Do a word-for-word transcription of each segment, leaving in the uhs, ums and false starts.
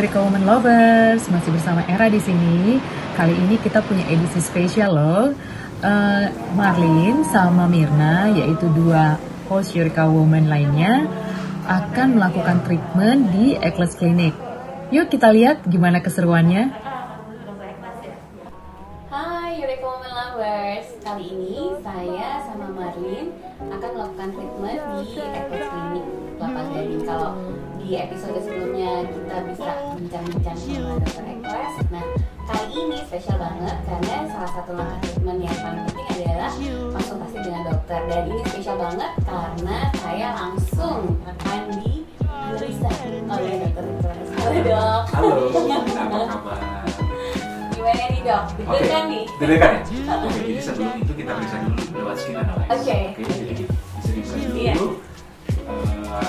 Eureka Woman Lovers, masih bersama Era di sini. Kali ini kita punya edisi spesial loh. Uh, Marlin sama Mirna, yaitu dua host Eureka Woman lainnya, akan melakukan treatment di Ekles Clinic. Yuk kita lihat gimana keseruannya. Hai Eureka Woman Lovers, kali ini saya sama Marlin akan melakukan treatment di Ekles Clinic Kelapa Gading. Kalau di episode sebelumnya kita bisa bincang-bincang sama dokter Ekles, nah kali ini spesial banget karena salah satu langkah treatment yang paling penting adalah konsultasi dengan dokter. Dan ini spesial banget karena saya langsung akan di analisa oleh dokter Ekles. Halo dok. Halo, apa kabar? Gimana nih dok? Deg-degan nih? Deg-degan ya? Oke, jadi sebelum itu kita periksa dulu lewat skin analysis. Oke. Oke, jadi bisa dibuka dulu. Iya. Uh,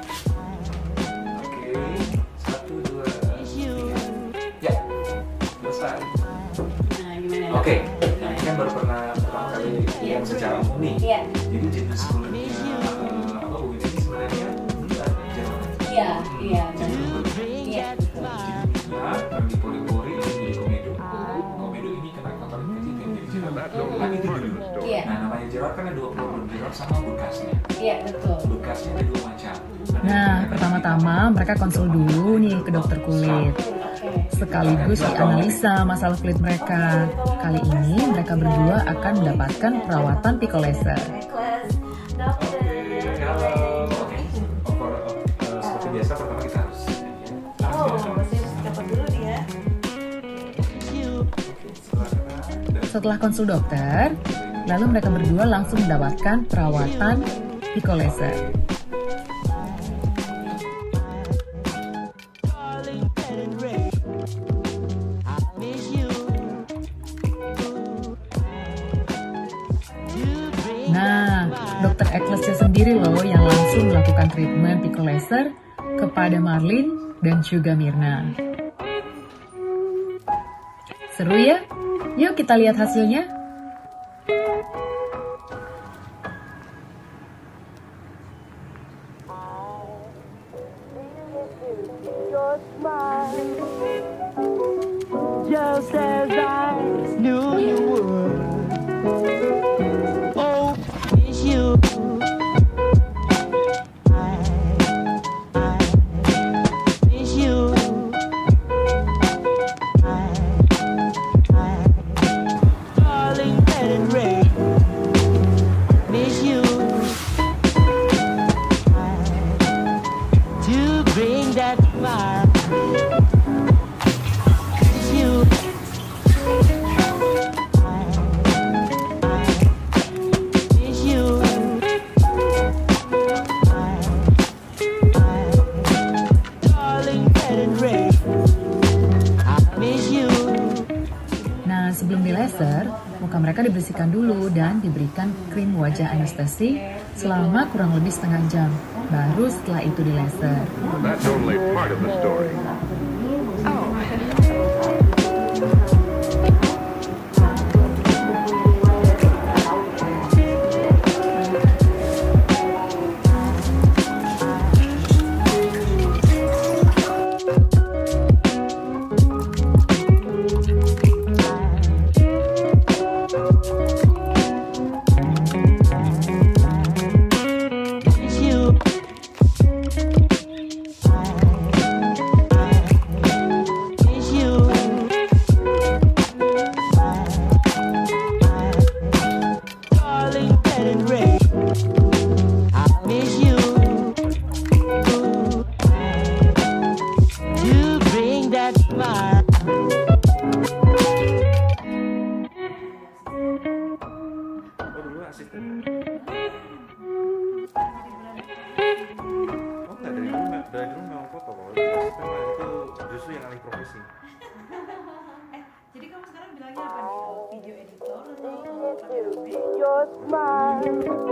Oke, satu, dua, tiga. Ya, selesai. Nah, gimana dok? Oke, nah ini kan baru pernah pertama kali yang secara umum nih. Iya. Jadi jenis kulitnya uh, apa bu ini sebenarnya bulan Jawa. Iya, iya. Jadi Iya. Nah, yang di pori-pori ini jadi komedo. Komedo ini kena kotor infeksi dan jadi jerawat. Kan itu dulu. Iya. Nah, namanya jerawat kan ada dua puluh jerawat sama bekasnya. Iya, betul. Bekasnya ada dua macam. Ada Nah, yang pertama-tama mereka konsul dulu nih ke dokter kulit. Sekaligus dianalisa masalah kulit mereka. Kali ini mereka berdua akan mendapatkan perawatan pico laser. Ekles, Oke, dokter. halo. Oke, Over, uh, seperti biasa pertama kita harus Oh, masih dapat dulu dia. Setelah konsul dokter, lalu mereka berdua langsung mendapatkan perawatan pico laser. Nah, dokter Eklesnya sendiri loh yang langsung melakukan treatment pico laser kepada Marlin dan juga Mirna. Seru ya? Yuk kita lihat hasilnya. Just as I knew you would. Oh, it's you. I, I miss you. I, I, darling, let it rain. Miss you. I, to bring that fire. Nah, sebelum di laser, muka mereka dibersihkan dulu dan diberikan krim wajah anestesi selama kurang lebih setengah jam. Baru setelah itu di laser. That's only part of the story. Oh enggak, dari dulu nggak- dari dulu memang foto kok. Memang itu justru yang alih profesi. Eh, jadi kamu sekarang bilangnya apa nih? Video editor atau kameramen? Your smile,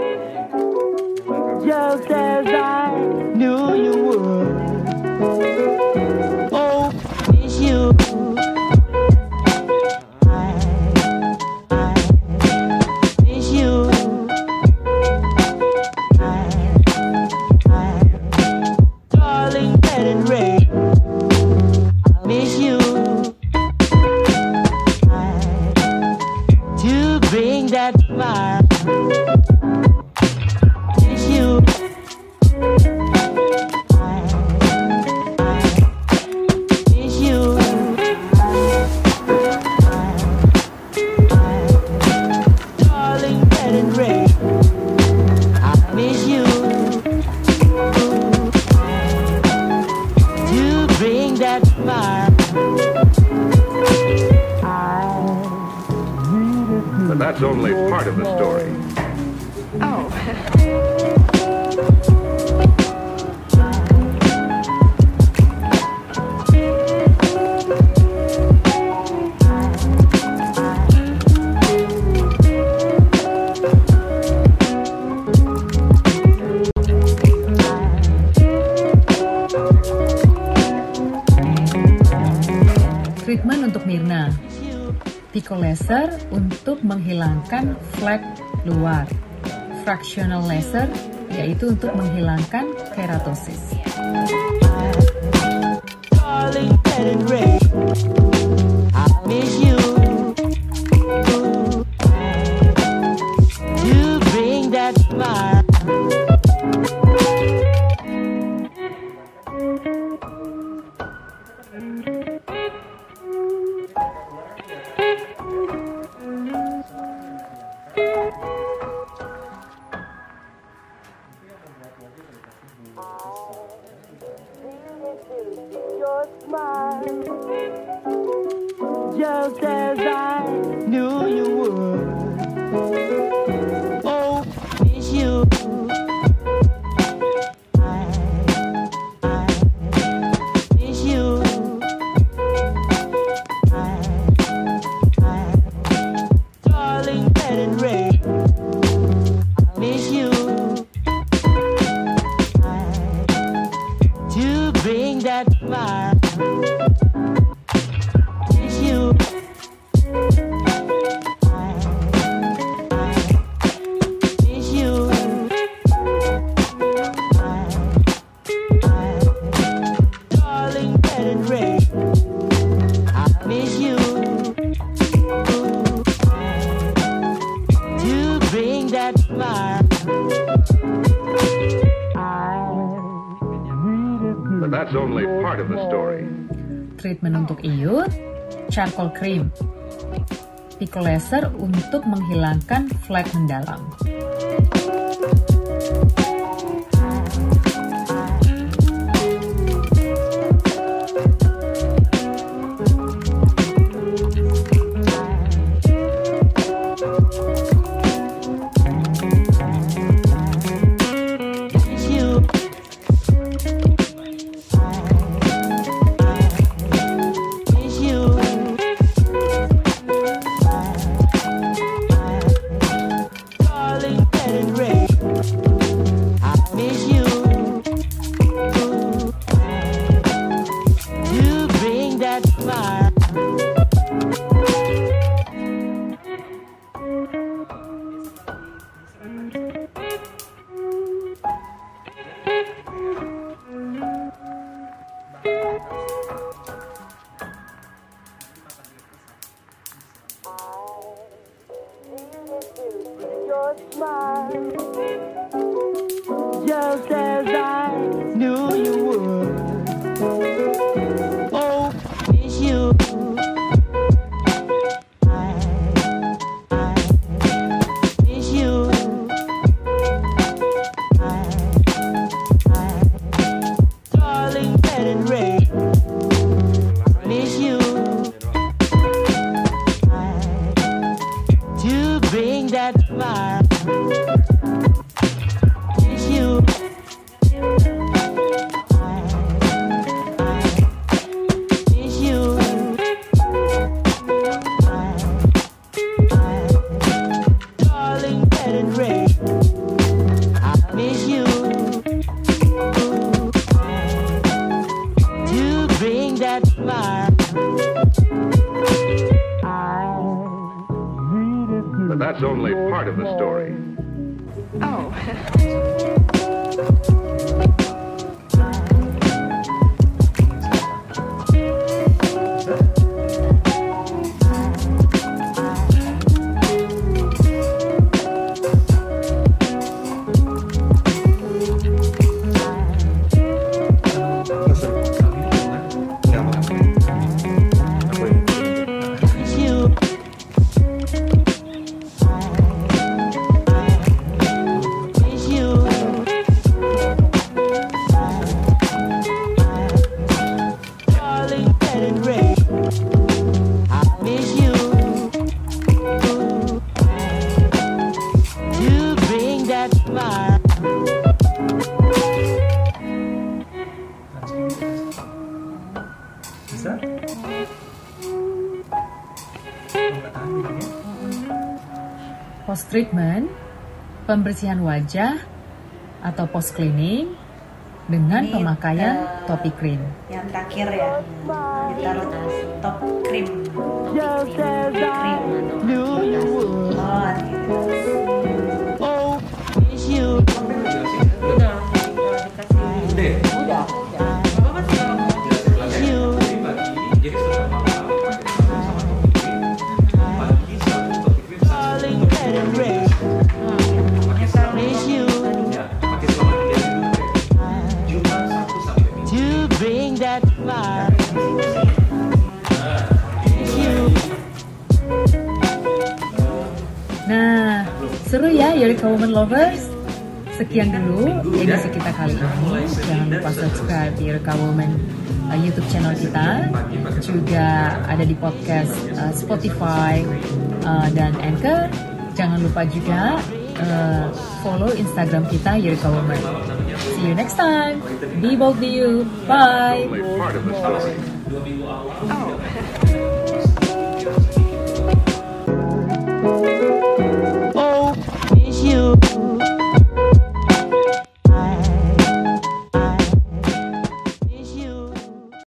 just as I knew you would. Oh, it's you. I, I miss you. I, I, darling, let it rain. bring that smile. It's you. It's you. Darling, red and gray. I miss you. To bring that smile. But that's only part of the story. Treatment untuk Mirna. Pico laser untuk menghilangkan flek luar. Fractional laser yaitu untuk menghilangkan keratosis. Darling, red and gray. I miss you. To bring that smile. Your smile, just as I knew you would. Oh, miss you. I, I miss you. I, I, darling, red and gray. I miss you. I, to bring that smile. It's you. I, I miss you. I, I, darling, red and gray. I miss you. To bring that smile. But that's only part of the story. Treatment untuk iut, charcoal cream. Pico laser untuk menghilangkan flek mendalam. It's you. It's you. Darling, red and gray. I miss you. To bring that smile. Your smile, just as I knew you would. Oh, miss you. I, I miss you. I, I, darling, red and gray. Miss you. I, to bring that smile. It's you. I, I miss you. I, I, darling, red and gray. I miss you. To bring that smile. But that's only part of the story. post treatment, pembersihan wajah atau post cleaning dengan Ini, pemakaian eh, topi krim. Yang terakhir ya, ditaruh top krim. Just as I knew you would. Oh, gitu. Oh, it's you. Udah, udah dikasih. Deh, Udah. Apa sih kalau mau jelasin lagi. You. Jadi pagi, jadi setelah malam pakai sabun sama topi krim. Pagi sabun topi krim sama Darling, let it rain. pakai sabun. It's you Ya, pakai selama tiga hari dulu deh. Cuma satu sampai minggu. to bring that fire. It's you. Nah, seru ya Eureka Woman Lovers. Sekian dulu edisi kita kali ini. Jangan lupa subscribe Eureka Woman uh, YouTube channel kita. Juga ada di podcast uh, Spotify uh, dan Anchor. Jangan lupa juga uh, follow Instagram kita Eureka Woman. See you next time. Be bold, be you. Bye. Only part of the story. Dua minggu awal.